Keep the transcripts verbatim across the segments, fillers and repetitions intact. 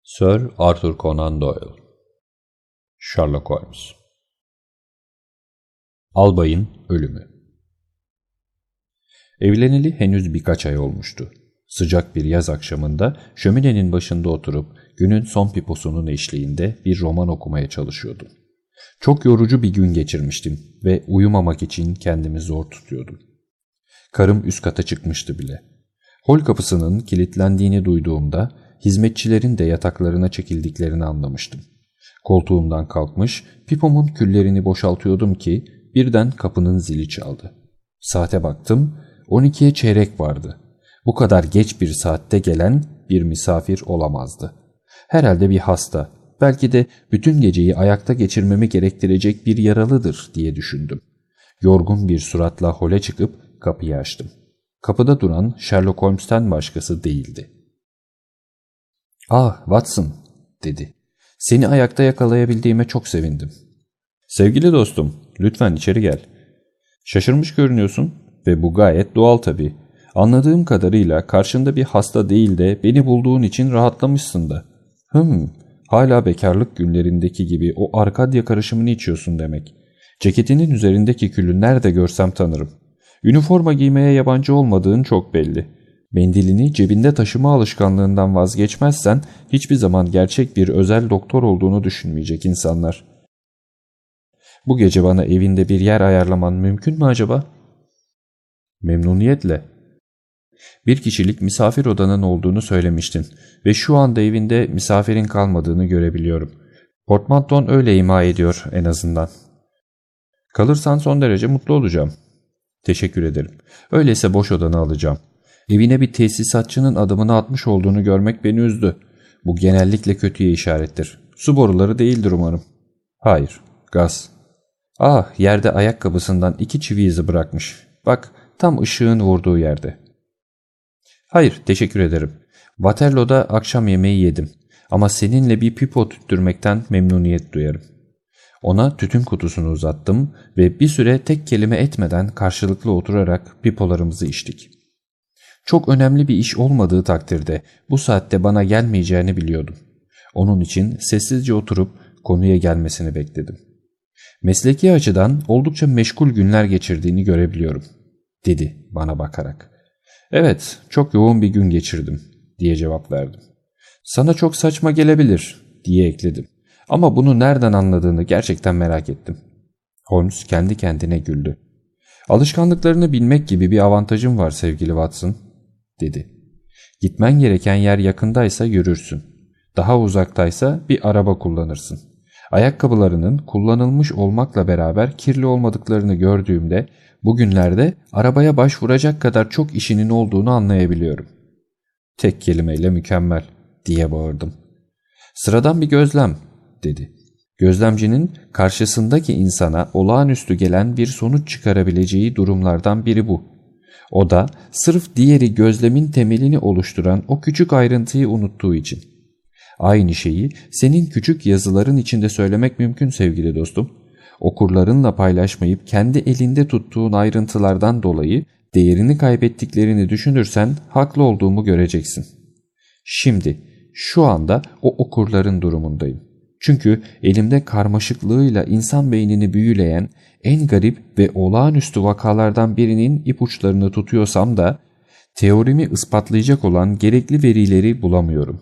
Sir Arthur Conan Doyle. Sherlock Holmes. Albayın ölümü. Evleneli henüz birkaç ay olmuştu. Sıcak bir yaz akşamında şöminenin başında oturup günün son piposunun eşliğinde bir roman okumaya çalışıyordum. Çok yorucu bir gün geçirmiştim ve uyumamak için kendimi zor tutuyordum. Karım üst kata çıkmıştı bile. Hol kapısının kilitlendiğini duyduğumda hizmetçilerin de yataklarına çekildiklerini anlamıştım. Koltuğumdan kalkmış, pipomun küllerini boşaltıyordum ki birden kapının zili çaldı. Saate baktım, on ikiye çeyrek vardı. Bu kadar geç bir saatte gelen bir misafir olamazdı. Herhalde bir hasta, belki de bütün geceyi ayakta geçirmemi gerektirecek bir yaralıdır diye düşündüm. Yorgun bir suratla hole çıkıp kapıyı açtım. Kapıda duran Sherlock Holmes'ten başkası değildi. "Ah Watson," dedi. "Seni ayakta yakalayabildiğime çok sevindim." "Sevgili dostum, lütfen içeri gel." "Şaşırmış görünüyorsun ve bu gayet doğal tabii. Anladığım kadarıyla karşında bir hasta değil de beni bulduğun için rahatlamışsın da." "Hım, hala bekarlık günlerindeki gibi o Arkadya karışımını içiyorsun demek. Ceketinin üzerindeki külü nerede görsem tanırım. Üniforma giymeye yabancı olmadığın çok belli. Mendilini cebinde taşıma alışkanlığından vazgeçmezsen hiçbir zaman gerçek bir özel doktor olduğunu düşünmeyecek insanlar. Bu gece bana evinde bir yer ayarlaman mümkün mü acaba?" "Memnuniyetle. Bir kişilik misafir odanın olduğunu söylemiştin ve şu anda evinde misafirin kalmadığını görebiliyorum. Portmanton öyle ima ediyor en azından." "Kalırsan son derece mutlu olacağım." "Teşekkür ederim. Öyleyse boş odanı alacağım. Evine bir tesisatçının adımını atmış olduğunu görmek beni üzdü. Bu genellikle kötüye işarettir. Su boruları değildir umarım." "Hayır, gaz." "Ah, yerde ayakkabısından iki çivi izi bırakmış. Bak, tam ışığın vurduğu yerde." "Hayır, teşekkür ederim. Waterloo'da akşam yemeği yedim. Ama seninle bir pipo tüttürmekten memnuniyet duyarım." Ona tütün kutusunu uzattım ve bir süre tek kelime etmeden karşılıklı oturarak pipolarımızı içtik. Çok önemli bir iş olmadığı takdirde bu saatte bana gelmeyeceğini biliyordum. Onun için sessizce oturup konuya gelmesini bekledim. "Mesleki açıdan oldukça meşgul günler geçirdiğini görebiliyorum," dedi bana bakarak. "Evet, çok yoğun bir gün geçirdim," diye cevap verdim. "Sana çok saçma gelebilir," diye ekledim. "Ama bunu nereden anladığını gerçekten merak ettim." Holmes kendi kendine güldü. "Alışkanlıklarını bilmek gibi bir avantajım var sevgili Watson," dedi. "Gitmen gereken yer yakındaysa yürürsün. Daha uzaktaysa bir araba kullanırsın. Ayakkabılarının kullanılmış olmakla beraber kirli olmadıklarını gördüğümde bugünlerde arabaya başvuracak kadar çok işinin olduğunu anlayabiliyorum." "Tek kelimeyle mükemmel," diye bağırdım. "Sıradan bir gözlem," dedi. "Gözlemcinin karşısındaki insana olağanüstü gelen bir sonuç çıkarabileceği durumlardan biri bu. O da sırf diğeri gözlemin temelini oluşturan o küçük ayrıntıyı unuttuğu için. Aynı şeyi senin küçük yazıların içinde söylemek mümkün sevgili dostum. Okurlarınla paylaşmayıp kendi elinde tuttuğun ayrıntılardan dolayı değerini kaybettiklerini düşünürsen haklı olduğumu göreceksin. Şimdi, şu anda o okurların durumundayım. Çünkü elimde karmaşıklığıyla insan beynini büyüleyen en garip ve olağanüstü vakalardan birinin ipuçlarını tutuyorsam da teorimi ispatlayacak olan gerekli verileri bulamıyorum.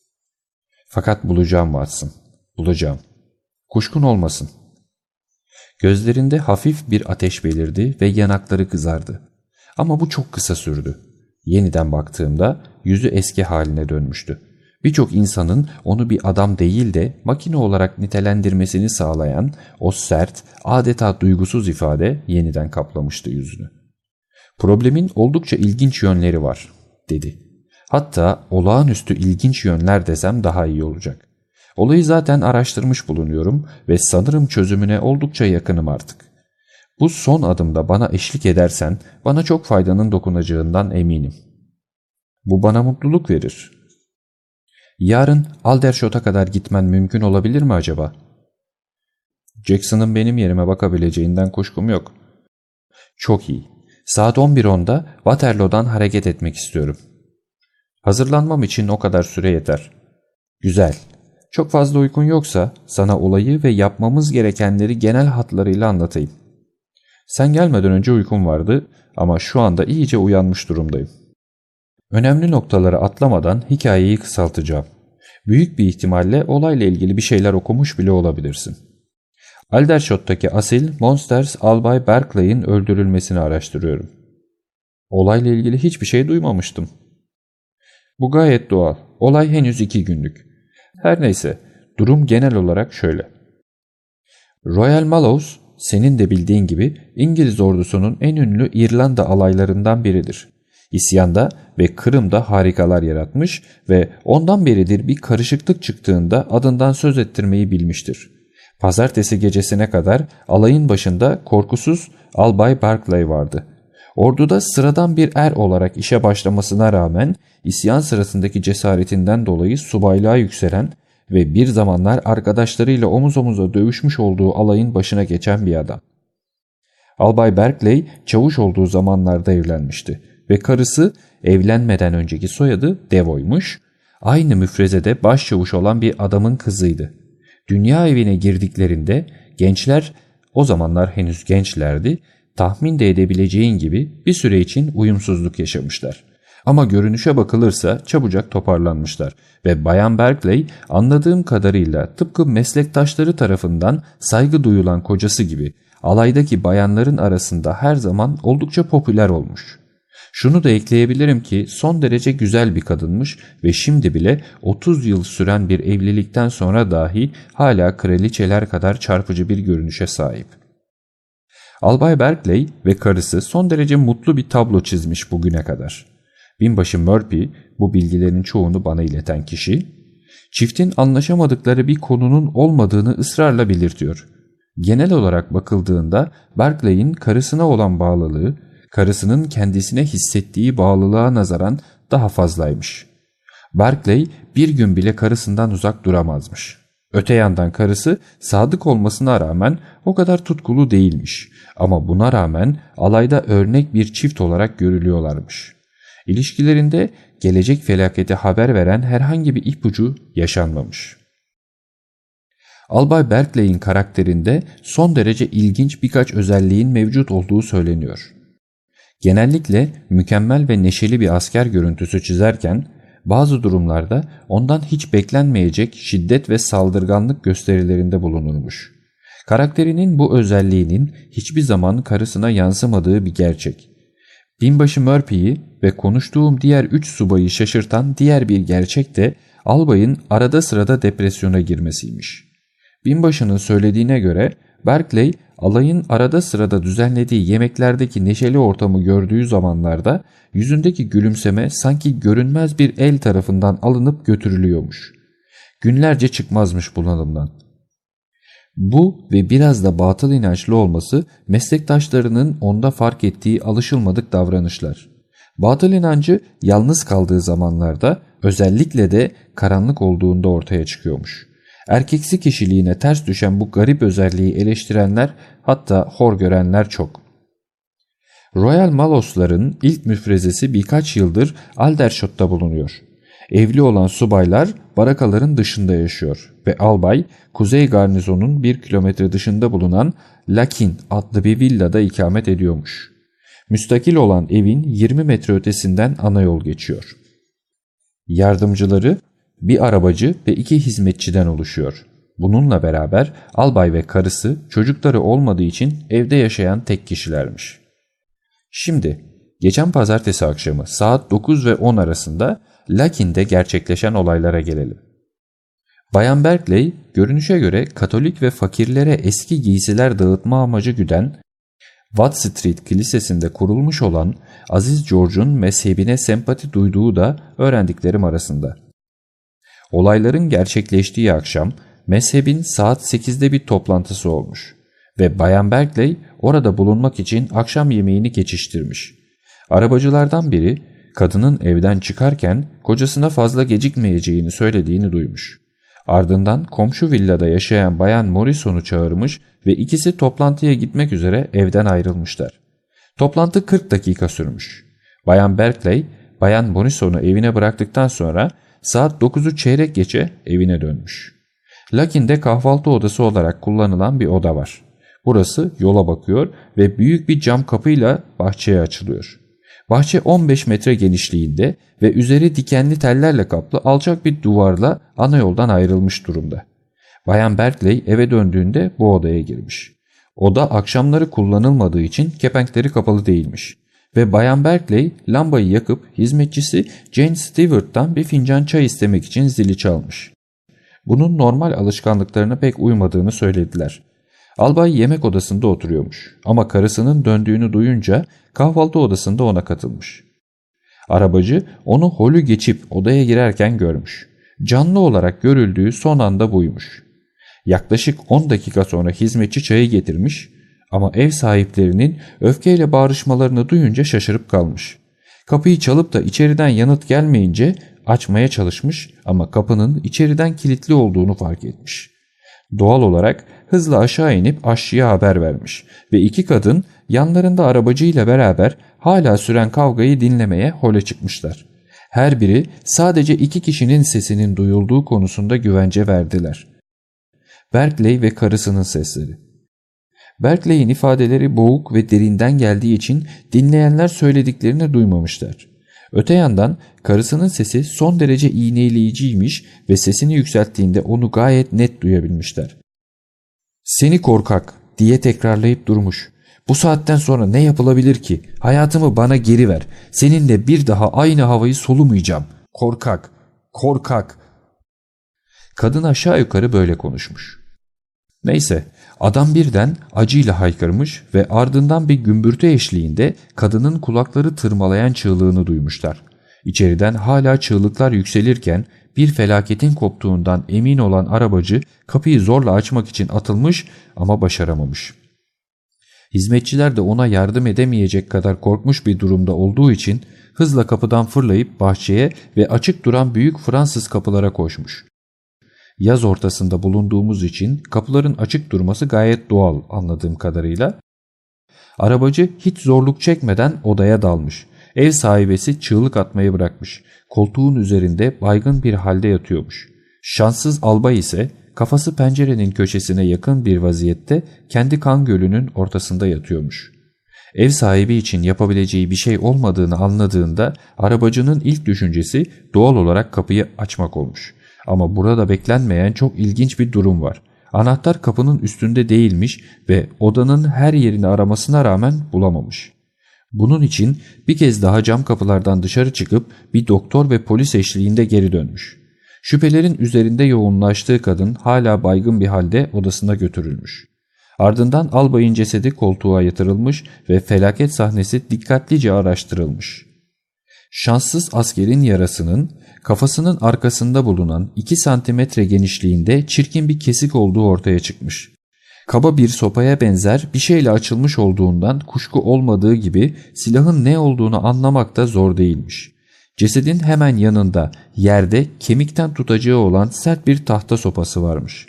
Fakat bulacağım Watson, bulacağım. Kuşkun olmasın." Gözlerinde hafif bir ateş belirdi ve yanakları kızardı. Ama bu çok kısa sürdü. Yeniden baktığımda yüzü eski haline dönmüştü. Birçok insanın onu bir adam değil de makine olarak nitelendirmesini sağlayan o sert, adeta duygusuz ifade yeniden kaplamıştı yüzünü. "Problemin oldukça ilginç yönleri var," dedi. "Hatta olağanüstü ilginç yönler desem daha iyi olacak. Olayı zaten araştırmış bulunuyorum ve sanırım çözümüne oldukça yakınım artık. Bu son adımda bana eşlik edersen bana çok faydanın dokunacağından eminim. Bu bana mutluluk verir." "Yarın Aldershot'a kadar gitmen mümkün olabilir mi acaba?" "Jackson'ın benim yerime bakabileceğinden kuşkum yok." "Çok iyi. Saat on bir onda Waterloo'dan hareket etmek istiyorum." "Hazırlanmam için o kadar süre yeter." Güzel. Çok fazla uykun yoksa sana olayı ve yapmamız gerekenleri genel hatlarıyla anlatayım. Sen gelmeden önce uykum vardı ama şu anda iyice uyanmış durumdayım. Önemli noktaları atlamadan hikayeyi kısaltacağım. Büyük bir ihtimalle olayla ilgili bir şeyler okumuş bile olabilirsin. Aldershot'taki asil Monsters Albay Berkeley'in öldürülmesini araştırıyorum. Olayla ilgili hiçbir şey duymamıştım. Bu gayet doğal. Olay henüz iki günlük. Her neyse, durum genel olarak şöyle. Royal Mallows, senin de bildiğin gibi İngiliz ordusunun en ünlü İrlanda alaylarından biridir. İsyanda ve Kırım'da harikalar yaratmış ve ondan beridir bir karışıklık çıktığında adından söz ettirmeyi bilmiştir. Pazartesi gecesine kadar alayın başında korkusuz Albay Berkeley vardı. Orduda sıradan bir er olarak işe başlamasına rağmen isyan sırasındaki cesaretinden dolayı subaylığa yükselen ve bir zamanlar arkadaşlarıyla omuz omuza dövüşmüş olduğu alayın başına geçen bir adam. Albay Berkeley çavuş olduğu zamanlarda evlenmişti ve karısı evlenmeden önceki soyadı Devoy'muş, aynı müfrezede başçavuş olan bir adamın kızıydı. Dünya evine girdiklerinde gençler, o zamanlar henüz gençlerdi, tahmin de edebileceğin gibi bir süre için uyumsuzluk yaşamışlar. Ama görünüşe bakılırsa çabucak toparlanmışlar ve Bayan Berkeley anladığım kadarıyla tıpkı meslektaşları tarafından saygı duyulan kocası gibi alaydaki bayanların arasında her zaman oldukça popüler olmuş. Şunu da ekleyebilirim ki son derece güzel bir kadınmış ve şimdi bile otuz yıl süren bir evlilikten sonra dahi hala kraliçeler kadar çarpıcı bir görünüşe sahip. Albay Berkeley ve karısı son derece mutlu bir tablo çizmiş bugüne kadar. Binbaşı Murphy, bu bilgilerin çoğunu bana ileten kişi, çiftin anlaşamadıkları bir konunun olmadığını ısrarla belirtiyor. Genel olarak bakıldığında Berkeley'in karısına olan bağlılığı, karısının kendisine hissettiği bağlılığa nazaran daha fazlaymış. Berkeley bir gün bile karısından uzak duramazmış. Öte yandan karısı sadık olmasına rağmen o kadar tutkulu değilmiş ama buna rağmen alayda örnek bir çift olarak görülüyorlarmış. İlişkilerinde gelecek felaketi haber veren herhangi bir ipucu yaşanmamış. Albay Berkeley'in karakterinde son derece ilginç birkaç özelliğin mevcut olduğu söyleniyor. Genellikle mükemmel ve neşeli bir asker görüntüsü çizerken bazı durumlarda ondan hiç beklenmeyecek şiddet ve saldırganlık gösterilerinde bulunurmuş. Karakterinin bu özelliğinin hiçbir zaman karısına yansımadığı bir gerçek. Binbaşı Murphy'yi ve konuştuğum diğer üç subayı şaşırtan diğer bir gerçek de albayın arada sırada depresyona girmesiymiş. Binbaşının söylediğine göre Berkeley alayın arada sırada düzenlediği yemeklerdeki neşeli ortamı gördüğü zamanlarda yüzündeki gülümseme sanki görünmez bir el tarafından alınıp götürülüyormuş. Günlerce çıkmazmış bunalımdan. Bu ve biraz da batıl inançlı olması meslektaşlarının onda fark ettiği alışılmadık davranışlar. Batıl inancı yalnız kaldığı zamanlarda özellikle de karanlık olduğunda ortaya çıkıyormuş. Erkeksi kişiliğine ters düşen bu garip özelliği eleştirenler, hatta hor görenler çok. Royal Mallows'ların ilk müfrezesi birkaç yıldır Aldershot'ta bulunuyor. Evli olan subaylar barakaların dışında yaşıyor ve albay Kuzey Garnizon'un bir kilometre dışında bulunan Lakin adlı bir villada ikamet ediyormuş. Müstakil olan evin yirmi metre ötesinden ana yol geçiyor. Yardımcıları bir arabacı ve iki hizmetçiden oluşuyor. Bununla beraber albay ve karısı çocukları olmadığı için evde yaşayan tek kişilermiş. Şimdi geçen pazartesi akşamı saat dokuz ve on arasında Lakin'de gerçekleşen olaylara gelelim. Bayan Berkeley görünüşe göre Katolik ve fakirlere eski giysiler dağıtma amacı güden Watt Street Kilisesi'nde kurulmuş olan Aziz George'un mezhebine sempati duyduğu da öğrendiklerim arasında. Olayların gerçekleştiği akşam mezhebin saat sekizde bir toplantısı olmuş ve Bayan Berkeley orada bulunmak için akşam yemeğini geçiştirmiş. Arabacılardan biri kadının evden çıkarken kocasına fazla gecikmeyeceğini söylediğini duymuş. Ardından komşu villada yaşayan Bayan Morrison'u çağırmış ve ikisi toplantıya gitmek üzere evden ayrılmışlar. Toplantı kırk dakika sürmüş. Bayan Berkeley, Bayan Morrison'u evine bıraktıktan sonra saat dokuzu çeyrek geçe evine dönmüş. Lakin'de kahvaltı odası olarak kullanılan bir oda var. Burası yola bakıyor ve büyük bir cam kapıyla bahçeye açılıyor. Bahçe on beş metre genişliğinde ve üzeri dikenli tellerle kaplı alçak bir duvarla ana yoldan ayrılmış durumda. Bayan Berkeley eve döndüğünde bu odaya girmiş. Oda akşamları kullanılmadığı için kepenkleri kapalı değilmiş. Ve Bayan Berkeley lambayı yakıp hizmetçisi Jane Stewart'tan bir fincan çay istemek için zili çalmış. Bunun normal alışkanlıklarına pek uymadığını söylediler. Albay yemek odasında oturuyormuş ama karısının döndüğünü duyunca kahvaltı odasında ona katılmış. Arabacı onu holü geçip odaya girerken görmüş. Canlı olarak görüldüğü son anda buymuş. Yaklaşık on dakika sonra hizmetçi çayı getirmiş ama ev sahiplerinin öfkeyle bağırışmalarını duyunca şaşırıp kalmış. Kapıyı çalıp da içeriden yanıt gelmeyince açmaya çalışmış ama kapının içeriden kilitli olduğunu fark etmiş. Doğal olarak hızla aşağı inip aşçıya haber vermiş ve iki kadın yanlarında arabacıyla beraber hala süren kavgayı dinlemeye hole çıkmışlar. Her biri sadece iki kişinin sesinin duyulduğu konusunda güvence verdiler. Berkeley ve karısının sesleri. Berkeley'in ifadeleri boğuk ve derinden geldiği için dinleyenler söylediklerini duymamışlar. Öte yandan karısının sesi son derece iğneleyiciymiş ve sesini yükselttiğinde onu gayet net duyabilmişler. "Seni korkak" diye tekrarlayıp durmuş. "Bu saatten sonra ne yapılabilir ki? Hayatımı bana geri ver. Seninle bir daha aynı havayı solumayacağım. Korkak, korkak." Kadın aşağı yukarı böyle konuşmuş. Neyse, adam birden acıyla haykırmış ve ardından bir gümbürtü eşliğinde kadının kulakları tırmalayan çığlığını duymuşlar. İçeriden hala çığlıklar yükselirken bir felaketin koptuğundan emin olan arabacı kapıyı zorla açmak için atılmış ama başaramamış. Hizmetçiler de ona yardım edemeyecek kadar korkmuş bir durumda olduğu için hızla kapıdan fırlayıp bahçeye ve açık duran büyük Fransız kapılara koşmuş. Yaz ortasında bulunduğumuz için kapıların açık durması gayet doğal anladığım kadarıyla. Arabacı hiç zorluk çekmeden odaya dalmış. Ev sahibesi çığlık atmayı bırakmış. Koltuğun üzerinde baygın bir halde yatıyormuş. Şanssız albay ise kafası pencerenin köşesine yakın bir vaziyette kendi kan gölünün ortasında yatıyormuş. Ev sahibi için yapabileceği bir şey olmadığını anladığında arabacının ilk düşüncesi doğal olarak kapıyı açmak olmuş. Ama burada beklenmeyen çok ilginç bir durum var. Anahtar kapının üstünde değilmiş ve odanın her yerini aramasına rağmen bulamamış. Bunun için bir kez daha cam kapılardan dışarı çıkıp bir doktor ve polis eşliğinde geri dönmüş. Şüphelerin üzerinde yoğunlaştığı kadın hala baygın bir halde odasına götürülmüş. Ardından albayın cesedi koltuğa yatırılmış ve felaket sahnesi dikkatlice araştırılmış. Şanssız askerin yarasının kafasının arkasında bulunan iki santimetre genişliğinde çirkin bir kesik olduğu ortaya çıkmış. Kaba bir sopaya benzer bir şeyle açılmış olduğundan kuşku olmadığı gibi silahın ne olduğunu anlamak da zor değilmiş. Cesedin hemen yanında yerde kemikten tutacağı olan sert bir tahta sopası varmış.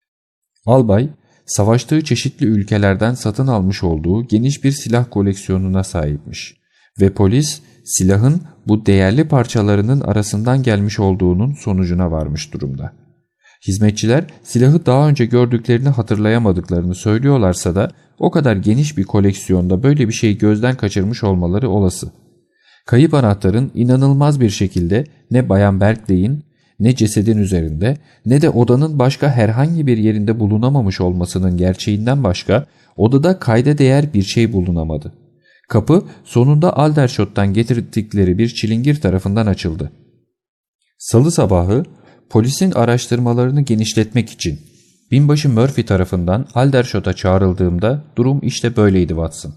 Albay, savaştığı çeşitli ülkelerden satın almış olduğu geniş bir silah koleksiyonuna sahipmiş ve polis silahın bu değerli parçalarının arasından gelmiş olduğunun sonucuna varmış durumda. Hizmetçiler silahı daha önce gördüklerini hatırlayamadıklarını söylüyorlarsa da o kadar geniş bir koleksiyonda böyle bir şeyi gözden kaçırmış olmaları olası. Kayıp anahtarın inanılmaz bir şekilde ne Bayan Berkeley'in ne cesedin üzerinde ne de odanın başka herhangi bir yerinde bulunamamış olmasının gerçeğinden başka odada kayda değer bir şey bulunamadı. Kapı sonunda Aldershot'tan getirdikleri bir çilingir tarafından açıldı. Salı sabahı polisin araştırmalarını genişletmek için binbaşı Murphy tarafından Aldershot'a çağrıldığımda durum işte böyleydi Watson.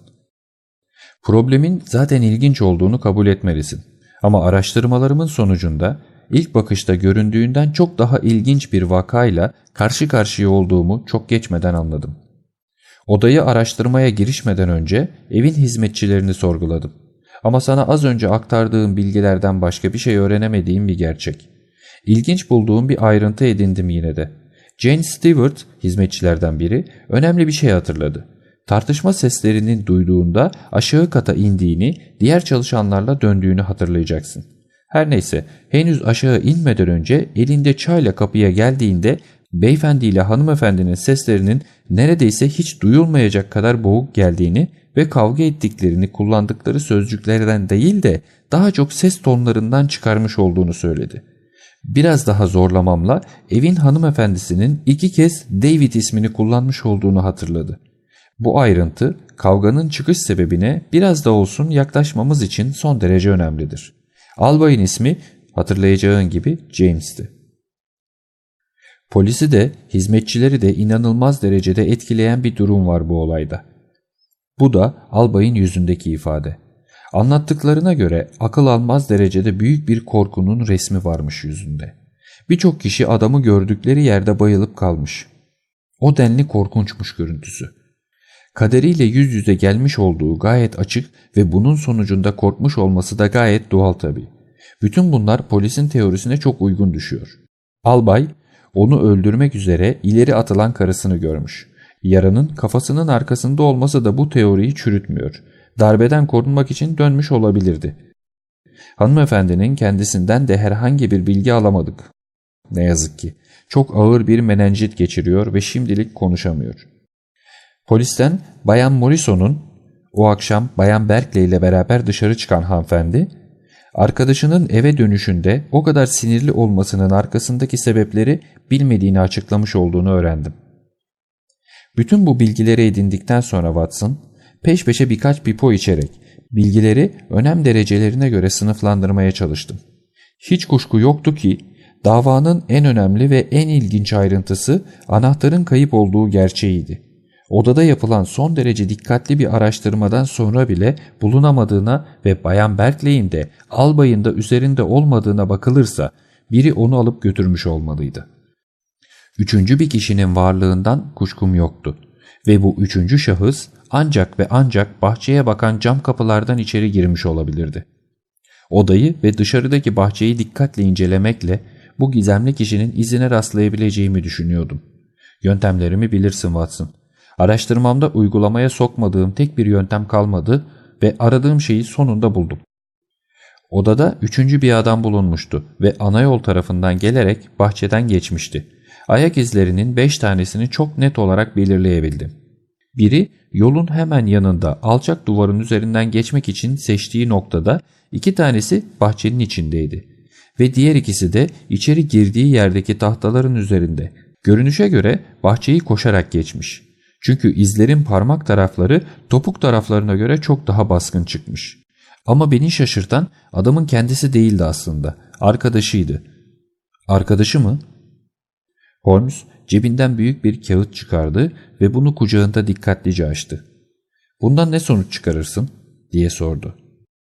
Problemin zaten ilginç olduğunu kabul etmelisin. Ama araştırmalarımın sonucunda ilk bakışta göründüğünden çok daha ilginç bir vakayla karşı karşıya olduğumu çok geçmeden anladım. Odayı araştırmaya girişmeden önce evin hizmetçilerini sorguladım. Ama sana az önce aktardığım bilgilerden başka bir şey öğrenemediğim bir gerçek. İlginç bulduğum bir ayrıntı edindim yine de. Jane Stewart, hizmetçilerden biri, önemli bir şey hatırladı. Tartışma seslerinin duyduğunda aşağı kata indiğini, diğer çalışanlarla döndüğünü hatırlayacaksın. Her neyse, henüz aşağı inmeden önce elinde çayla kapıya geldiğinde beyefendi ile hanımefendinin seslerinin neredeyse hiç duyulmayacak kadar boğuk geldiğini ve kavga ettiklerini kullandıkları sözcüklerden değil de daha çok ses tonlarından çıkarmış olduğunu söyledi. Biraz daha zorlamamla evin hanımefendisinin iki kez David ismini kullanmış olduğunu hatırladı. Bu ayrıntı kavganın çıkış sebebine biraz da olsun yaklaşmamız için son derece önemlidir. Albayın ismi hatırlayacağın gibi James'ti. Polisi de hizmetçileri de inanılmaz derecede etkileyen bir durum var bu olayda. Bu da albayın yüzündeki ifade. Anlattıklarına göre akıl almaz derecede büyük bir korkunun resmi varmış yüzünde. Birçok kişi adamı gördükleri yerde bayılıp kalmış. O denli korkunçmuş görüntüsü. Kaderiyle yüz yüze gelmiş olduğu gayet açık ve bunun sonucunda korkmuş olması da gayet doğal tabii. Bütün bunlar polisin teorisine çok uygun düşüyor. Albay onu öldürmek üzere ileri atılan karısını görmüş. Yaranın kafasının arkasında olması da bu teoriyi çürütmüyor. Darbeden korunmak için dönmüş olabilirdi. Hanımefendinin kendisinden de herhangi bir bilgi alamadık. Ne yazık ki. Çok ağır bir menenjit geçiriyor ve şimdilik konuşamıyor. Polisten Bayan Morrison'un o akşam Bayan Berkeley ile beraber dışarı çıkan hanımefendi, arkadaşının eve dönüşünde o kadar sinirli olmasının arkasındaki sebepleri bilmediğini açıklamış olduğunu öğrendim. Bütün bu bilgileri edindikten sonra Watson, peş peşe birkaç pipo içerek bilgileri önem derecelerine göre sınıflandırmaya çalıştım. Hiç kuşku yoktu ki davanın en önemli ve en ilginç ayrıntısı anahtarın kayıp olduğu gerçeğiydi. Odada yapılan son derece dikkatli bir araştırmadan sonra bile bulunamadığına ve Bayan Berkeley'in de albayın da üzerinde olmadığına bakılırsa biri onu alıp götürmüş olmalıydı. Üçüncü bir kişinin varlığından kuşkum yoktu ve bu üçüncü şahıs ancak ve ancak bahçeye bakan cam kapılardan içeri girmiş olabilirdi. Odayı ve dışarıdaki bahçeyi dikkatle incelemekle bu gizemli kişinin izine rastlayabileceğimi düşünüyordum. Yöntemlerimi bilirsin Watson. Araştırmamda uygulamaya sokmadığım tek bir yöntem kalmadı ve aradığım şeyi sonunda buldum. Odada üçüncü bir adam bulunmuştu ve ana yol tarafından gelerek bahçeden geçmişti. Ayak izlerinin beş tanesini çok net olarak belirleyebildim. Biri yolun hemen yanında alçak duvarın üzerinden geçmek için seçtiği noktada, iki tanesi bahçenin içindeydi ve diğer ikisi de içeri girdiği yerdeki tahtaların üzerinde. Görünüşe göre bahçeyi koşarak geçmiş. Çünkü izlerin parmak tarafları topuk taraflarına göre çok daha baskın çıkmış. Ama beni şaşırtan adamın kendisi değildi aslında. Arkadaşıydı. Arkadaşı mı? Holmes cebinden büyük bir kağıt çıkardı ve bunu kucağında dikkatlice açtı. "Bundan ne sonuç çıkarırsın?" diye sordu.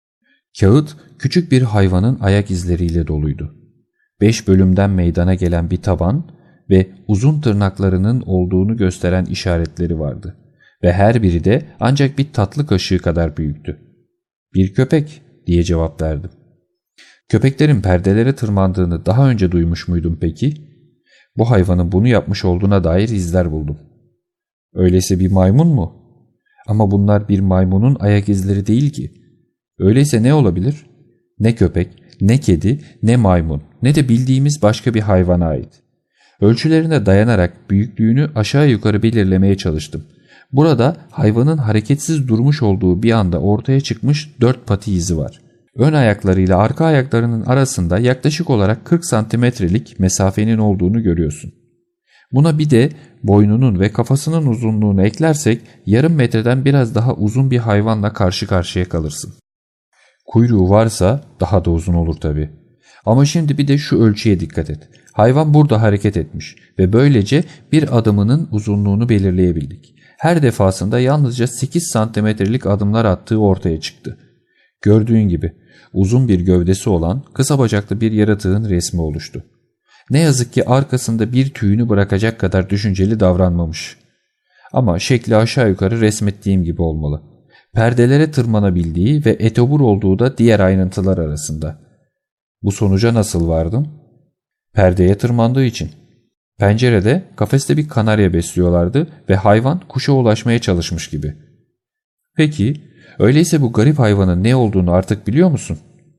Kağıt küçük bir hayvanın ayak izleriyle doluydu. Beş bölümden meydana gelen bir taban ve uzun tırnaklarının olduğunu gösteren işaretleri vardı ve her biri de ancak bir tatlı kaşığı kadar büyüktü. "Bir köpek," diye cevap verdim. "Köpeklerin perdelere tırmandığını daha önce duymuş muydun peki?" "Bu hayvanın bunu yapmış olduğuna dair izler buldum." "Öyleyse bir maymun mu?" "Ama bunlar bir maymunun ayak izleri değil ki." "Öyleyse ne olabilir?" "Ne köpek, ne kedi, ne maymun, ne de bildiğimiz başka bir hayvana ait." Ölçülerine dayanarak büyüklüğünü aşağı yukarı belirlemeye çalıştım. Burada hayvanın hareketsiz durmuş olduğu bir anda ortaya çıkmış dört pati izi var. Ön ayaklarıyla arka ayaklarının arasında yaklaşık olarak kırk santimetrelik mesafenin olduğunu görüyorsun. Buna bir de boynunun ve kafasının uzunluğunu eklersek yarım metreden biraz daha uzun bir hayvanla karşı karşıya kalırsın. Kuyruğu varsa daha da uzun olur tabii. Ama şimdi bir de şu ölçüye dikkat et. Hayvan burada hareket etmiş ve böylece bir adımının uzunluğunu belirleyebildik. Her defasında yalnızca sekiz santimetrelik adımlar attığı ortaya çıktı. Gördüğün gibi uzun bir gövdesi olan kısa bacaklı bir yaratığın resmi oluştu. Ne yazık ki arkasında bir tüyünü bırakacak kadar düşünceli davranmamış. Ama şekli aşağı yukarı resmettiğim gibi olmalı. Perdelere tırmanabildiği ve etobur olduğu da diğer ayrıntılar arasında. Bu sonuca nasıl vardım? Perdeye tırmandığı için. Pencerede, kafeste bir kanarya besliyorlardı ve hayvan kuşa ulaşmaya çalışmış gibi. Peki, öyleyse bu garip hayvanın ne olduğunu artık biliyor musun?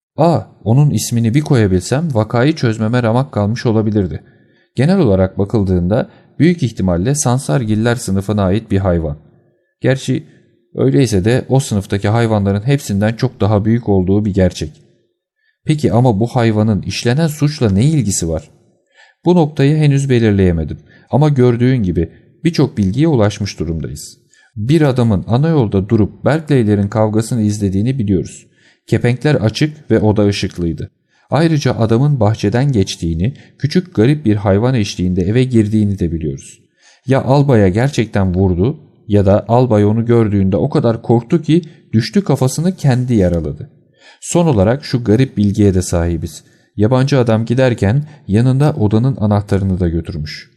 Aa, onun ismini bir koyabilsem vakayı çözmeme ramak kalmış olabilirdi. Genel olarak bakıldığında büyük ihtimalle sansargiller sınıfına ait bir hayvan. Gerçi öyleyse de o sınıftaki hayvanların hepsinden çok daha büyük olduğu bir gerçek. Peki ama bu hayvanın işlenen suçla ne ilgisi var? Bu noktayı henüz belirleyemedim ama gördüğün gibi birçok bilgiye ulaşmış durumdayız. Bir adamın ana yolda durup Berkeley'lerin kavgasını izlediğini biliyoruz. Kepenkler açık ve oda ışıklıydı. Ayrıca adamın bahçeden geçtiğini, küçük garip bir hayvan eşliğinde eve girdiğini de biliyoruz. Ya albaya gerçekten vurdu ya da albay onu gördüğünde o kadar korktu ki düştü, kafasını kendi yaraladı. Son olarak şu garip bilgiye de sahibiz. Yabancı adam giderken yanında odanın anahtarını da götürmüş.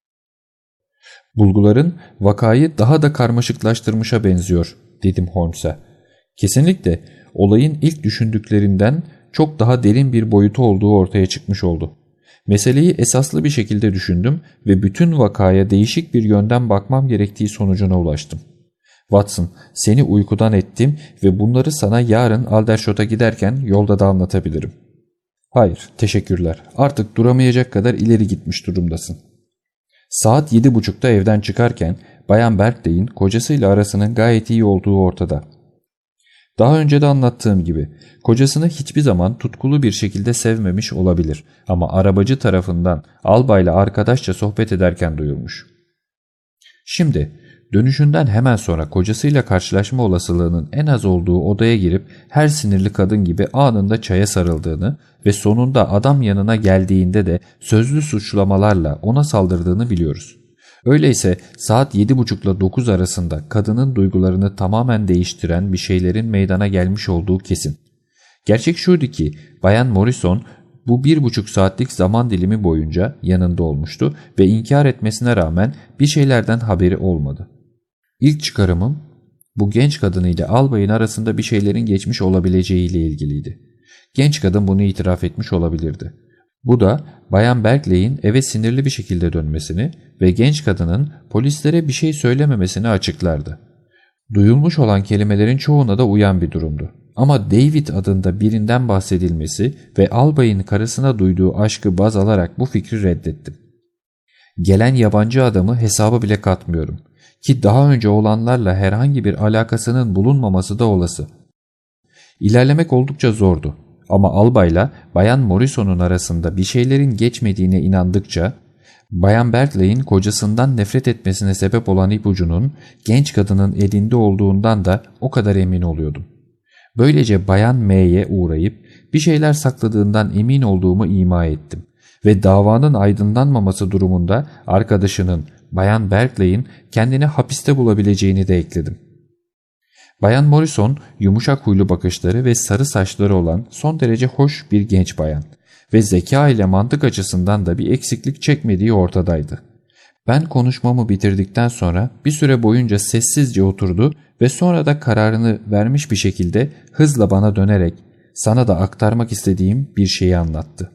Bulguların vakayı daha da karmaşıklaştırmışa benziyor, dedim Holmes'a. Kesinlikle olayın ilk düşündüklerinden çok daha derin bir boyutu olduğu ortaya çıkmış oldu. Meseleyi esaslı bir şekilde düşündüm ve bütün vakaya değişik bir yönden bakmam gerektiği sonucuna ulaştım. Watson, seni uykudan ettim ve bunları sana yarın Aldershot'a giderken yolda da anlatabilirim. Hayır, teşekkürler. Artık duramayacak kadar ileri gitmiş durumdasın. Saat yedi buçukta evden çıkarken Bayan Berkeley'in kocasıyla arasının gayet iyi olduğu ortada. Daha önce de anlattığım gibi kocasını hiçbir zaman tutkulu bir şekilde sevmemiş olabilir ama arabacı tarafından albayla arkadaşça sohbet ederken duyulmuş. Şimdi dönüşünden hemen sonra kocasıyla karşılaşma olasılığının en az olduğu odaya girip her sinirli kadın gibi anında çaya sarıldığını ve sonunda adam yanına geldiğinde de sözlü suçlamalarla ona saldırdığını biliyoruz. Öyleyse saat yedi buçukla dokuz arasında kadının duygularını tamamen değiştiren bir şeylerin meydana gelmiş olduğu kesin. Gerçek şuydu ki Bayan Morrison bu bir buçuk saatlik zaman dilimi boyunca yanında olmuştu ve inkar etmesine rağmen bir şeylerden haberi olmadı. İlk çıkarımım bu genç kadın ile albayın arasında bir şeylerin geçmiş olabileceğiyle ilgiliydi. Genç kadın bunu itiraf etmiş olabilirdi. Bu da Bayan Berkeley'in eve sinirli bir şekilde dönmesini ve genç kadının polislere bir şey söylememesini açıklardı. Duyulmuş olan kelimelerin çoğuna da uyan bir durumdu. Ama David adında birinden bahsedilmesi ve albayın karısına duyduğu aşkı baz alarak bu fikri reddettim. Gelen yabancı adamı hesaba bile katmıyorum ki daha önce olanlarla herhangi bir alakasının bulunmaması da olası. İlerlemek oldukça zordu ama albayla Bayan Morrison'un arasında bir şeylerin geçmediğine inandıkça Bayan Berkeley'in kocasından nefret etmesine sebep olan ipucunun genç kadının elinde olduğundan da o kadar emin oluyordum. Böylece Bayan M'ye uğrayıp bir şeyler sakladığından emin olduğumu ima ettim ve davanın aydınlanmaması durumunda arkadaşının Bayan Berkeley'in kendini hapiste bulabileceğini de ekledim. Bayan Morrison yumuşak huylu bakışları ve sarı saçları olan son derece hoş bir genç bayan ve zeka ile mantık açısından da bir eksiklik çekmediği ortadaydı. Ben konuşmamı bitirdikten sonra bir süre boyunca sessizce oturdu ve sonra da kararını vermiş bir şekilde hızla bana dönerek sana da aktarmak istediğim bir şeyi anlattı.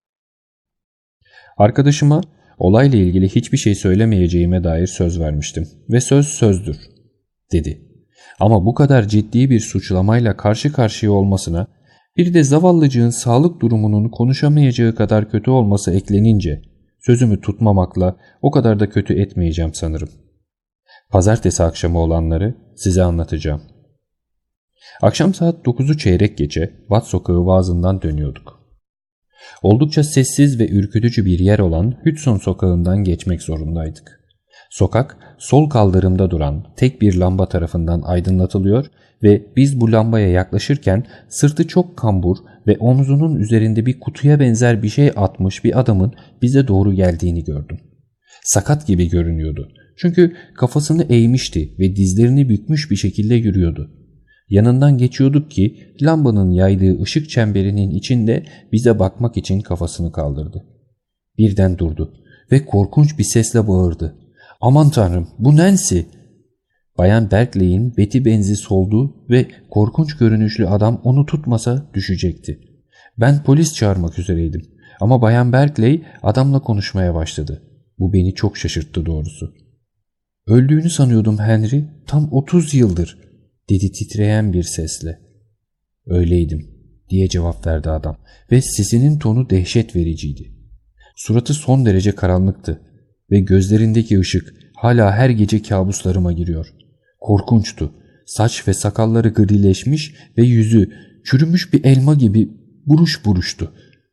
Arkadaşıma olayla ilgili hiçbir şey söylemeyeceğime dair söz vermiştim ve söz sözdür, dedi. Ama bu kadar ciddi bir suçlamayla karşı karşıya olmasına bir de zavallıcığın sağlık durumunun konuşamayacağı kadar kötü olması eklenince sözümü tutmamakla o kadar da kötü etmeyeceğim sanırım. Pazartesi akşamı olanları size anlatacağım. Akşam saat dokuzu çeyrek geçe Watt Sokağı vaazından dönüyorduk. Oldukça sessiz ve ürkütücü bir yer olan Hudson Sokağı'ndan geçmek zorundaydık. Sokak sol kaldırımda duran tek bir lamba tarafından aydınlatılıyor ve biz bu lambaya yaklaşırken sırtı çok kambur ve omzunun üzerinde bir kutuya benzer bir şey atmış bir adamın bize doğru geldiğini gördüm. Sakat gibi görünüyordu. Çünkü kafasını eğmişti ve dizlerini bükmüş bir şekilde yürüyordu. Yanından geçiyorduk ki lambanın yaydığı ışık çemberinin içinde bize bakmak için kafasını kaldırdı. Birden durdu ve korkunç bir sesle bağırdı. "Aman Tanrım, bu Nancy!" Bayan Berkeley'in beti benzi soldu ve korkunç görünüşlü adam onu tutmasa düşecekti. Ben polis çağırmak üzereydim ama Bayan Berkeley adamla konuşmaya başladı. Bu beni çok şaşırttı doğrusu. "Öldüğünü sanıyordum Henry, tam otuz yıldır," dedi titreyen bir sesle. "Öyleydim," diye cevap verdi adam ve sesinin tonu dehşet vericiydi. Suratı son derece karanlıktı ve gözlerindeki ışık hala her gece kabuslarıma giriyor. Korkunçtu. Saç ve sakalları grileşmiş ve yüzü çürümüş bir elma gibi buruş buruştu.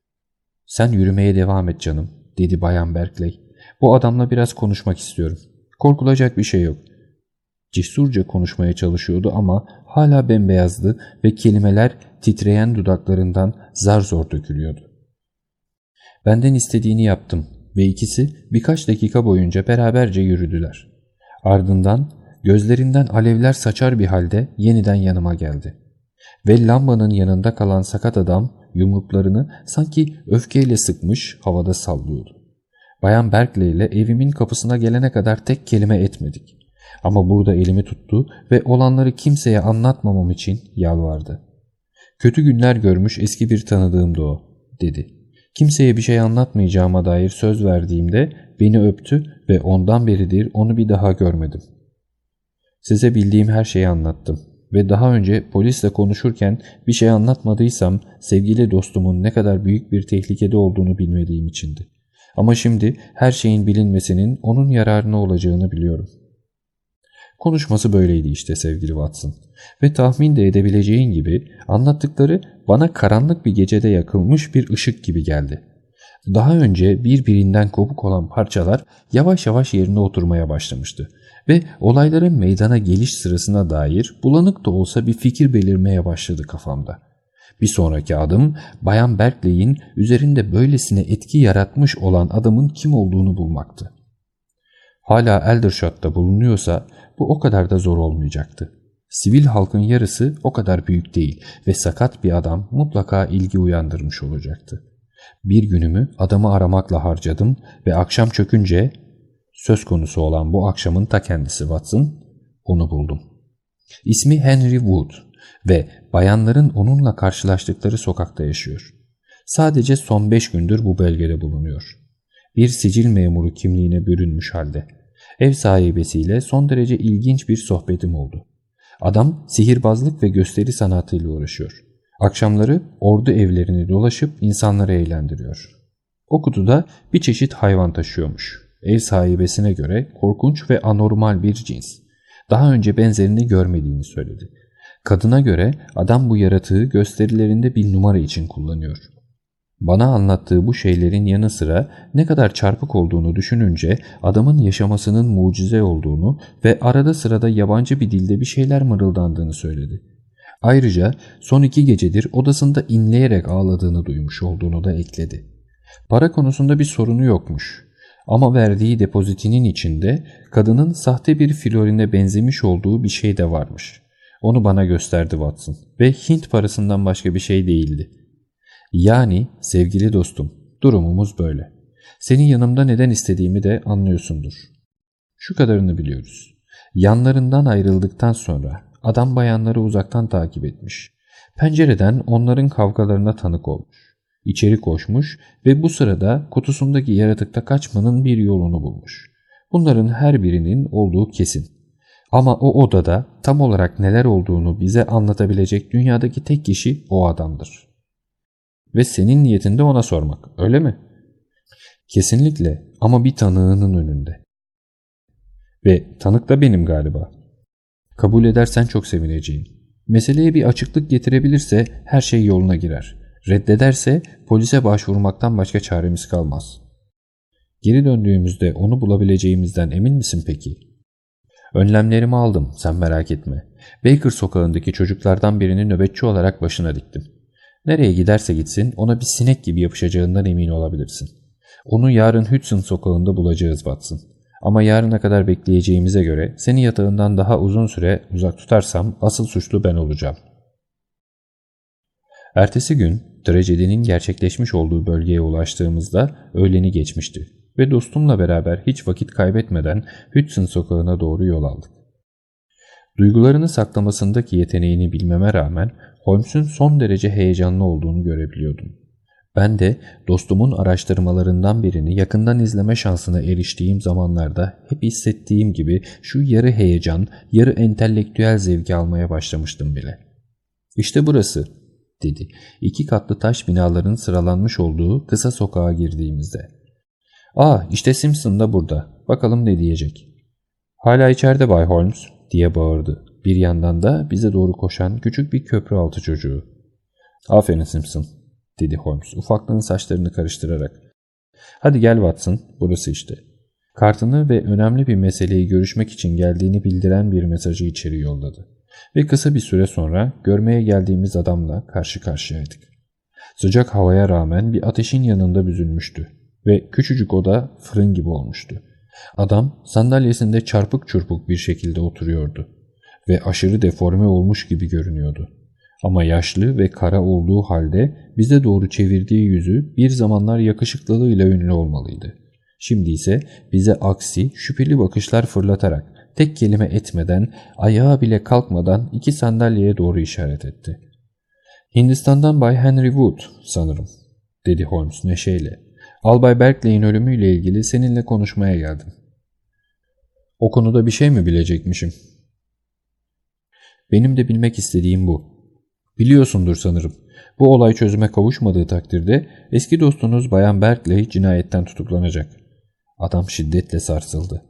"Sen yürümeye devam et canım," dedi Bayan Berkeley. "Bu adamla biraz konuşmak istiyorum. Korkulacak bir şey yok." Cesurca konuşmaya çalışıyordu ama hala bembeyazdı ve kelimeler titreyen dudaklarından zar zor dökülüyordu. Benden istediğini yaptım ve ikisi birkaç dakika boyunca beraberce yürüdüler. Ardından gözlerinden alevler saçar bir halde yeniden yanıma geldi. Ve lambanın yanında kalan sakat adam yumruklarını sanki öfkeyle sıkmış havada sallıyordu. Bayan Berkeley ile evimin kapısına gelene kadar tek kelime etmedik. Ama burada elimi tuttu ve olanları kimseye anlatmamam için yalvardı. "Kötü günler görmüş eski bir tanıdığımdı o," dedi. "Kimseye bir şey anlatmayacağıma dair söz verdiğimde beni öptü ve ondan beridir onu bir daha görmedim. Size bildiğim her şeyi anlattım ve daha önce polisle konuşurken bir şey anlatmadıysam sevgili dostumun ne kadar büyük bir tehlikede olduğunu bilmediğim içindi. Ama şimdi her şeyin bilinmesinin onun yararına olacağını biliyorum." Konuşması böyleydi işte sevgili Watson. Ve tahmin de edebileceğin gibi anlattıkları bana karanlık bir gecede yakılmış bir ışık gibi geldi. Daha önce birbirinden kopuk olan parçalar yavaş yavaş yerine oturmaya başlamıştı. Ve olayların meydana geliş sırasına dair bulanık da olsa bir fikir belirmeye başladı kafamda. Bir sonraki adım Bayan Berkeley'in üzerinde böylesine etki yaratmış olan adamın kim olduğunu bulmaktı. Hala Aldershot'ta bulunuyorsa bu o kadar da zor olmayacaktı. Sivil halkın yarısı o kadar büyük değil ve sakat bir adam mutlaka ilgi uyandırmış olacaktı. Bir günümü adamı aramakla harcadım ve akşam çökünce, söz konusu olan bu akşamın ta kendisi Watson, onu buldum. İsmi Henry Wood ve bayanların onunla karşılaştıkları sokakta yaşıyor. Sadece son beş gündür bu bölgede bulunuyor. Bir sicil memuru kimliğine bürünmüş halde. Ev sahibesiyle son derece ilginç bir sohbetim oldu. Adam sihirbazlık ve gösteri sanatıyla uğraşıyor. Akşamları ordu evlerini dolaşıp insanları eğlendiriyor. O kutuda bir çeşit hayvan taşıyormuş. Ev sahibesine göre korkunç ve anormal bir cins. Daha önce benzerini görmediğini söyledi. Kadına göre adam bu yaratığı gösterilerinde bir numara için kullanıyor. Bana anlattığı bu şeylerin yanı sıra ne kadar çarpık olduğunu düşününce adamın yaşamasının mucize olduğunu ve arada sırada yabancı bir dilde bir şeyler mırıldandığını söyledi. Ayrıca son iki gecedir odasında inleyerek ağladığını duymuş olduğunu da ekledi. Para konusunda bir sorunu yokmuş. Ama verdiği depozitinin içinde kadının sahte bir florine benzemiş olduğu bir şey de varmış. Onu bana gösterdi Watson ve Hint parasından başka bir şey değildi. Yani sevgili dostum, durumumuz böyle. Senin yanımda neden istediğimi de anlıyorsundur. Şu kadarını biliyoruz. Yanlarından ayrıldıktan sonra adam bayanları uzaktan takip etmiş. Pencereden onların kavgalarına tanık olmuş. İçeri koşmuş ve bu sırada kutusundaki yaratıkta kaçmanın bir yolunu bulmuş. Bunların her birinin olduğu kesin. Ama o odada tam olarak neler olduğunu bize anlatabilecek dünyadaki tek kişi o adamdır. Ve senin niyetinde ona sormak, öyle mi? Kesinlikle, ama bir tanığının önünde. Ve tanık da benim galiba. Kabul edersen çok sevineceğim. Meseleye bir açıklık getirebilirse her şey yoluna girer. Reddederse polise başvurmaktan başka çaremiz kalmaz. Geri döndüğümüzde onu bulabileceğimizden emin misin peki? Önlemlerimi aldım, sen merak etme. Baker sokağındaki çocuklardan birini nöbetçi olarak başına diktim. Nereye giderse gitsin ona bir sinek gibi yapışacağından emin olabilirsin. Onu yarın Hudson sokağında bulacağız Watson. Ama yarına kadar bekleyeceğimize göre seni yatağından daha uzun süre uzak tutarsam asıl suçlu ben olacağım. Ertesi gün trajedinin gerçekleşmiş olduğu bölgeye ulaştığımızda öğleni geçmişti ve dostumla beraber hiç vakit kaybetmeden Hudson sokağına doğru yol aldık. Duygularını saklamasındaki yeteneğini bilmeme rağmen Holmes'un son derece heyecanlı olduğunu görebiliyordum. Ben de dostumun araştırmalarından birini yakından izleme şansına eriştiğim zamanlarda hep hissettiğim gibi şu yarı heyecan, yarı entelektüel zevki almaya başlamıştım bile. İşte burası, dedi. İki katlı taş binaların sıralanmış olduğu kısa sokağa girdiğimizde. ''Aa, işte Simpson da burada. Bakalım ne diyecek.'' ''Hala içeride Bay Holmes,'' diye bağırdı. Bir yandan da bize doğru koşan küçük bir köprü altı çocuğu. ''Aferin Simpson,'' dedi Holmes ufaklığın saçlarını karıştırarak. ''Hadi gel Watson, burası işte.'' Kartını ve önemli bir meseleyi görüşmek için geldiğini bildiren bir mesajı içeri yolladı. Ve kısa bir süre sonra görmeye geldiğimiz adamla karşı karşıyaydık. Sıcak havaya rağmen bir ateşin yanında büzülmüştü ve küçücük oda fırın gibi olmuştu. Adam sandalyesinde çarpık çurpuk bir şekilde oturuyordu ve aşırı deforme olmuş gibi görünüyordu. Ama yaşlı ve kara olduğu halde bize doğru çevirdiği yüzü bir zamanlar yakışıklılığıyla ünlü olmalıydı. Şimdi ise bize aksi şüpheli bakışlar fırlatarak tek kelime etmeden, ayağa bile kalkmadan iki sandalyeye doğru işaret etti. ''Hindistan'dan Bay Henry Wood sanırım,'' dedi Holmes neşeyle. ''Albay Berkeley'in ölümüyle ilgili seninle konuşmaya geldim.'' ''O konuda bir şey mi bilecekmişim?'' ''Benim de bilmek istediğim bu. Biliyorsundur sanırım. Bu olay çözüme kavuşmadığı takdirde eski dostunuz Bayan Berkeley cinayetten tutuklanacak.'' Adam şiddetle sarsıldı.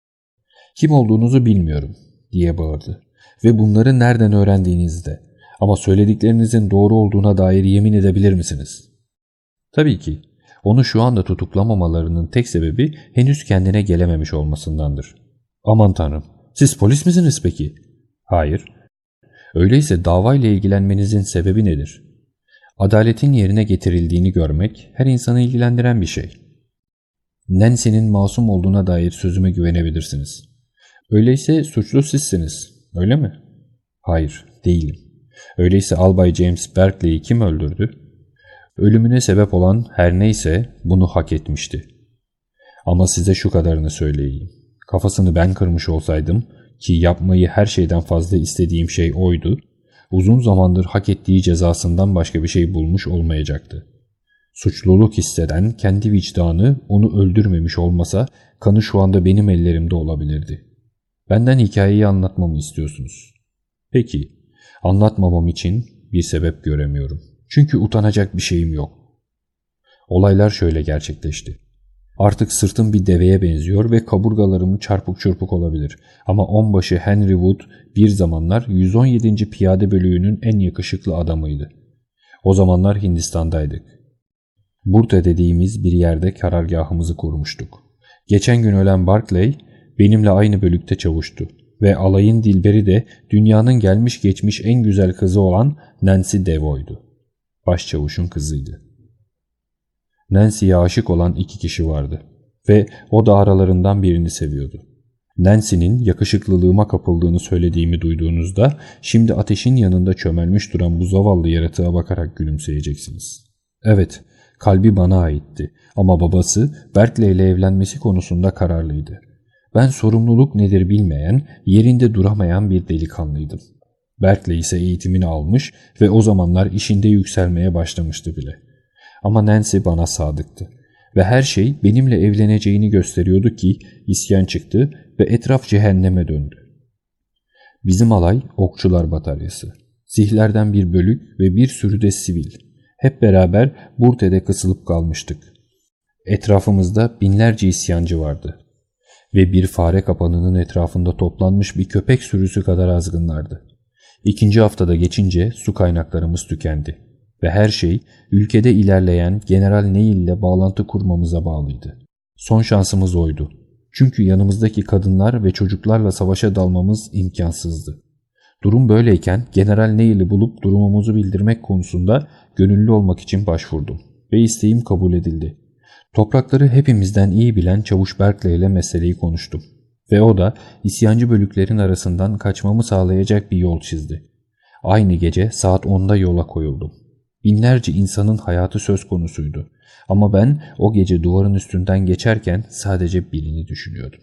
''Kim olduğunuzu bilmiyorum,'' diye bağırdı. ''Ve bunları nereden öğrendiğinizi de. Ama söylediklerinizin doğru olduğuna dair yemin edebilir misiniz?'' ''Tabii ki. Onu şu anda tutuklamamalarının tek sebebi henüz kendine gelememiş olmasındandır.'' ''Aman tanrım. Siz polis misiniz peki?'' ''Hayır.'' ''Öyleyse davayla ilgilenmenizin sebebi nedir?'' ''Adaletin yerine getirildiğini görmek her insanı ilgilendiren bir şey.'' ''Nancy'nin masum olduğuna dair sözüme güvenebilirsiniz.'' ''Öyleyse suçlu sizsiniz, öyle mi?'' ''Hayır, değilim.'' ''Öyleyse Albay James Berkeley'i kim öldürdü?'' ''Ölümüne sebep olan her neyse bunu hak etmişti.'' ''Ama size şu kadarını söyleyeyim. Kafasını ben kırmış olsaydım, ki yapmayı her şeyden fazla istediğim şey oydu, uzun zamandır hak ettiği cezasından başka bir şey bulmuş olmayacaktı. Suçluluk hisseden kendi vicdanı onu öldürmemiş olmasa kanı şu anda benim ellerimde olabilirdi. Benden hikayeyi anlatmamı istiyorsunuz. Peki, anlatmamam için bir sebep göremiyorum. Çünkü utanacak bir şeyim yok. Olaylar şöyle gerçekleşti. Artık sırtım bir deveye benziyor ve kaburgalarım çarpık çırpık olabilir. Ama onbaşı Henry Wood bir zamanlar yüz on yedinci Piyade Bölüğü'nün en yakışıklı adamıydı. O zamanlar Hindistan'daydık. Burte dediğimiz bir yerde karargahımızı kurmuştuk. Geçen gün ölen Barclay benimle aynı bölükte çavuştu ve alayın dilberi de dünyanın gelmiş geçmiş en güzel kızı olan Nancy Devoy'du. Başçavuşun kızıydı. Nancy'ye aşık olan iki kişi vardı ve o da aralarından birini seviyordu. Nancy'nin yakışıklılığıma kapıldığını söylediğimi duyduğunuzda şimdi ateşin yanında çömelmiş duran bu zavallı yaratığa bakarak gülümseyeceksiniz. Evet, kalbi bana aitti ama babası Berkeley ile evlenmesi konusunda kararlıydı. Ben sorumluluk nedir bilmeyen, yerinde duramayan bir delikanlıydım. Berkeley ise eğitimini almış ve o zamanlar işinde yükselmeye başlamıştı bile. Ama Nancy bana sadıktı ve her şey benimle evleneceğini gösteriyordu ki isyan çıktı ve etraf cehenneme döndü. Bizim alay okçular bataryası, zihlerden bir bölük ve bir sürü de sivil. Hep beraber Burte'de kısılıp kalmıştık. Etrafımızda binlerce isyancı vardı ve bir fare kapanının etrafında toplanmış bir köpek sürüsü kadar azgınlardı. İkinci haftada geçince su kaynaklarımız tükendi ve her şey ülkede ilerleyen General Neil ile bağlantı kurmamıza bağlıydı. Son şansımız oydu. Çünkü yanımızdaki kadınlar ve çocuklarla savaşa dalmamız imkansızdı. Durum böyleyken General Neil'i bulup durumumuzu bildirmek konusunda gönüllü olmak için başvurdum ve isteğim kabul edildi. Toprakları hepimizden iyi bilen Çavuş Berkeley ile meseleyi konuştum ve o da isyancı bölüklerin arasından kaçmamı sağlayacak bir yol çizdi. Aynı gece saat onda yola koyuldum. Binlerce insanın hayatı söz konusuydu ama ben o gece duvarın üstünden geçerken sadece birini düşünüyordum.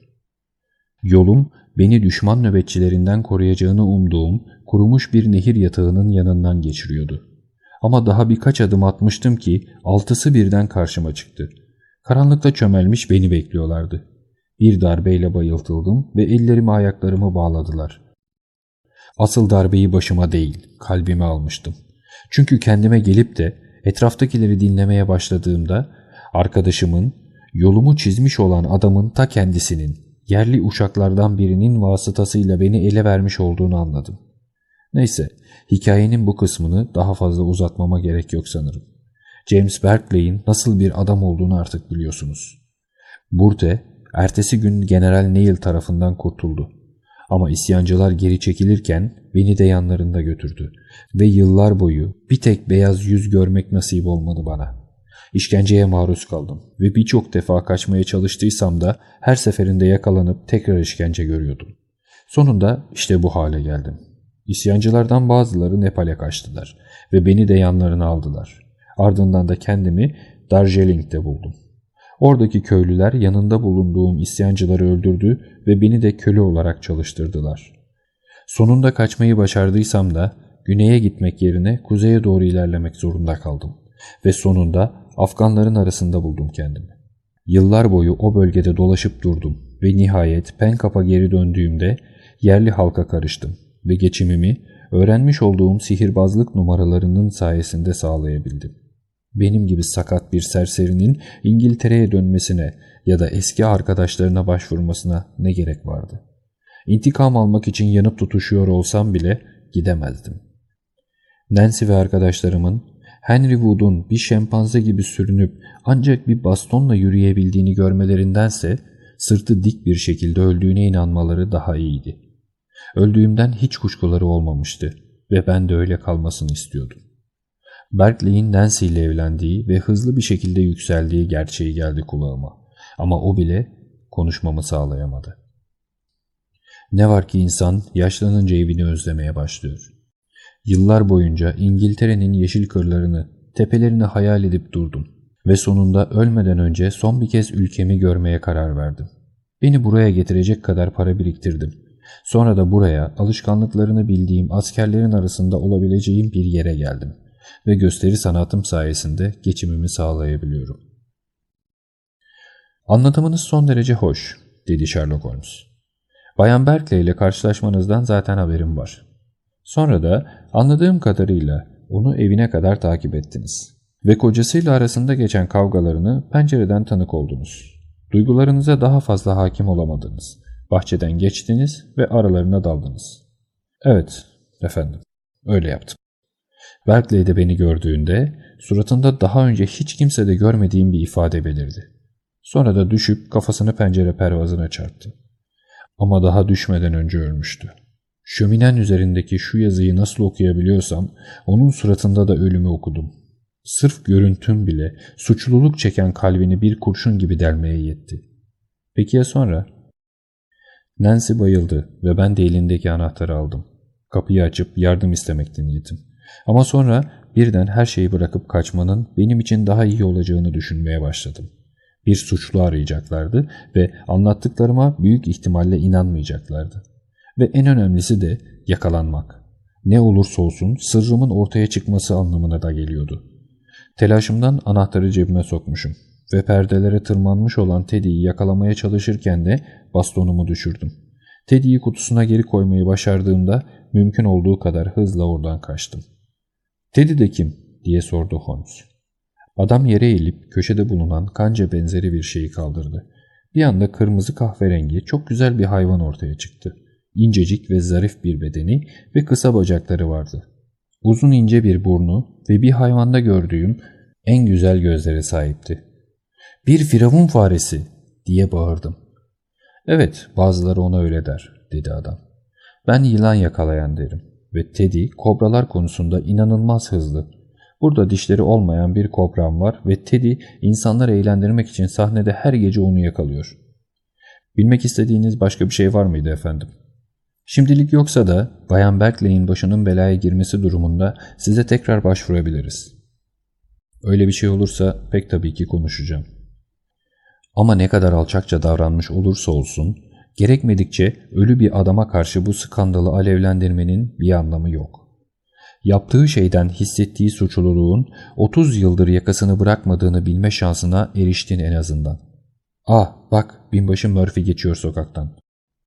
Yolum beni düşman nöbetçilerinden koruyacağını umduğum kurumuş bir nehir yatağının yanından geçiriyordu. Ama daha birkaç adım atmıştım ki altısı birden karşıma çıktı. Karanlıkta çömelmiş beni bekliyorlardı. Bir darbeyle bayıltıldım ve ellerimi ayaklarımı bağladılar. Asıl darbeyi başıma değil, kalbime almıştım. Çünkü kendime gelip de etraftakileri dinlemeye başladığımda arkadaşımın, yolumu çizmiş olan adamın ta kendisinin, yerli uşaklardan birinin vasıtasıyla beni ele vermiş olduğunu anladım. Neyse, hikayenin bu kısmını daha fazla uzatmama gerek yok sanırım. James Berkeley'in nasıl bir adam olduğunu artık biliyorsunuz. Burte, ertesi gün General Neil tarafından kurtuldu. Ama isyancılar geri çekilirken beni de yanlarında götürdü ve yıllar boyu bir tek beyaz yüz görmek nasip olmadı bana. İşkenceye maruz kaldım ve birçok defa kaçmaya çalıştıysam da her seferinde yakalanıp tekrar işkence görüyordum. Sonunda işte bu hale geldim. İsyancılardan bazıları Nepal'e kaçtılar ve beni de yanlarına aldılar. Ardından da kendimi Darjeeling'de buldum. Oradaki köylüler yanında bulunduğum isyancıları öldürdü ve beni de köle olarak çalıştırdılar. Sonunda kaçmayı başardıysam da güneye gitmek yerine kuzeye doğru ilerlemek zorunda kaldım ve sonunda Afganların arasında buldum kendimi. Yıllar boyu o bölgede dolaşıp durdum ve nihayet Penkap'a geri döndüğümde yerli halka karıştım ve geçimimi öğrenmiş olduğum sihirbazlık numaralarının sayesinde sağlayabildim. Benim gibi sakat bir serserinin İngiltere'ye dönmesine ya da eski arkadaşlarına başvurmasına ne gerek vardı? İntikam almak için yanıp tutuşuyor olsam bile gidemezdim. Nancy ve arkadaşlarımın Henry Wood'un bir şempanze gibi sürünüp ancak bir bastonla yürüyebildiğini görmelerindense sırtı dik bir şekilde öldüğüne inanmaları daha iyiydi. Öldüğümden hiç kuşkuları olmamıştı ve ben de öyle kalmasını istiyordum. Berkeley'in Nancy ile evlendiği ve hızlı bir şekilde yükseldiği gerçeği geldi kulağıma. Ama o bile konuşmamı sağlayamadı. Ne var ki insan yaşlanınca evini özlemeye başlıyor. Yıllar boyunca İngiltere'nin yeşil kırlarını, tepelerini hayal edip durdum. Ve sonunda ölmeden önce son bir kez ülkemi görmeye karar verdim. Beni buraya getirecek kadar para biriktirdim. Sonra da buraya alışkanlıklarını bildiğim askerlerin arasında olabileceğim bir yere geldim. Ve gösteri sanatım sayesinde geçimimi sağlayabiliyorum. Anlatımınız son derece hoş, dedi Sherlock Holmes. Bayan Berkeley ile karşılaşmanızdan zaten haberim var. Sonra da anladığım kadarıyla onu evine kadar takip ettiniz. Ve kocasıyla arasında geçen kavgalarını pencereden tanık oldunuz. Duygularınıza daha fazla hakim olamadınız. Bahçeden geçtiniz ve aralarına daldınız. Evet, efendim, öyle yaptım. Berkeley de beni gördüğünde suratında daha önce hiç kimsede görmediğim bir ifade belirdi. Sonra da düşüp kafasını pencere pervazına çarptı. Ama daha düşmeden önce ölmüştü. Şöminen üzerindeki şu yazıyı nasıl okuyabiliyorsam onun suratında da ölümü okudum. Sırf görüntüm bile suçluluk çeken kalbini bir kurşun gibi delmeye yetti. Peki ya sonra? Nancy bayıldı ve ben de elindeki anahtarı aldım. Kapıyı açıp yardım istemekten niyetim. Ama sonra birden her şeyi bırakıp kaçmanın benim için daha iyi olacağını düşünmeye başladım. Bir suçlu arayacaklardı ve anlattıklarıma büyük ihtimalle inanmayacaklardı. Ve en önemlisi de yakalanmak. Ne olursa olsun sırrımın ortaya çıkması anlamına da geliyordu. Telaşımdan anahtarı cebime sokmuşum ve perdelere tırmanmış olan Teddy'yi yakalamaya çalışırken de bastonumu düşürdüm. Teddy'yi kutusuna geri koymayı başardığımda mümkün olduğu kadar hızla oradan kaçtım. ''Teddy de kim?'' diye sordu Holmes. Adam yere eğilip köşede bulunan kanca benzeri bir şeyi kaldırdı. Bir anda kırmızı kahverengi çok güzel bir hayvan ortaya çıktı. İncecik ve zarif bir bedeni ve kısa bacakları vardı. Uzun ince bir burnu ve bir hayvanda gördüğüm en güzel gözlere sahipti. ''Bir firavun faresi!'' diye bağırdım. ''Evet, bazıları ona öyle der.'' dedi adam. ''Ben yılan yakalayan derim ve Teddy kobralar konusunda inanılmaz hızlı. Burada dişleri olmayan bir kobram var ve Teddy insanları eğlendirmek için sahnede her gece onu yakalıyor. Bilmek istediğiniz başka bir şey var mıydı efendim? Şimdilik yoksa da Bayan Berkeley'in başının belaya girmesi durumunda size tekrar başvurabiliriz. Öyle bir şey olursa pek tabii ki konuşacağım. Ama ne kadar alçakça davranmış olursa olsun, gerekmedikçe ölü bir adama karşı bu skandalı alevlendirmenin bir anlamı yok. Yaptığı şeyden hissettiği suçluluğun otuz yıldır yakasını bırakmadığını bilme şansına eriştin en azından. Ah bak, binbaşı Murphy geçiyor sokaktan.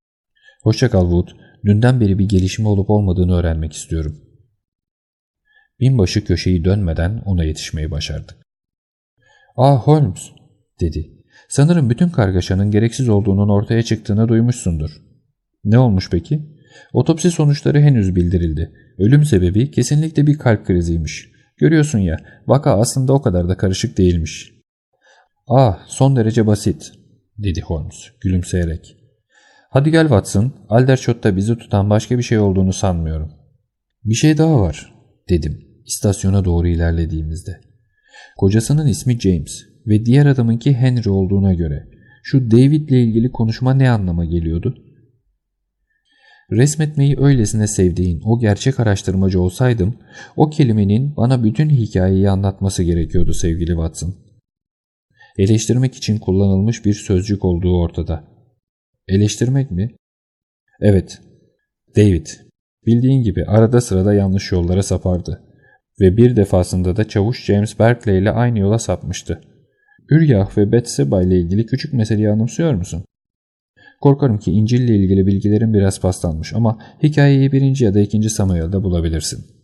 Hoşça kal Wood, dünden beri bir gelişme olup olmadığını öğrenmek istiyorum. Binbaşı köşeyi dönmeden ona yetişmeyi başardık. ''Ah Holmes'' dedi. ''Sanırım bütün kargaşanın gereksiz olduğunun ortaya çıktığını duymuşsundur. Ne olmuş peki? Otopsi sonuçları henüz bildirildi. Ölüm sebebi kesinlikle bir kalp kriziymiş. Görüyorsun ya, vaka aslında o kadar da karışık değilmiş.'' ''Ah, son derece basit'' dedi Holmes gülümseyerek. ''Hadi gel Watson, Aldershot'ta bizi tutan başka bir şey olduğunu sanmıyorum.'' ''Bir şey daha var'' dedim istasyona doğru ilerlediğimizde. ''Kocasının ismi James ve diğer adamınki Henry olduğuna göre şu David'le ilgili konuşma ne anlama geliyordu?'' Resmetmeyi öylesine sevdiğin o gerçek araştırmacı olsaydım, o kelimenin bana bütün hikayeyi anlatması gerekiyordu sevgili Watson. Eleştirmek için kullanılmış bir sözcük olduğu ortada. Eleştirmek mi? Evet. David, bildiğin gibi arada sırada yanlış yollara sapardı. Ve bir defasında da çavuş James Berkeley ile aynı yola sapmıştı. Üryah ve Betseba ile ilgili küçük meseleyi anımsıyor musun? Korkarım ki İncil ile ilgili bilgilerin biraz paslanmış ama hikayeyi birinci ya da ikinci Samuel'da bulabilirsin.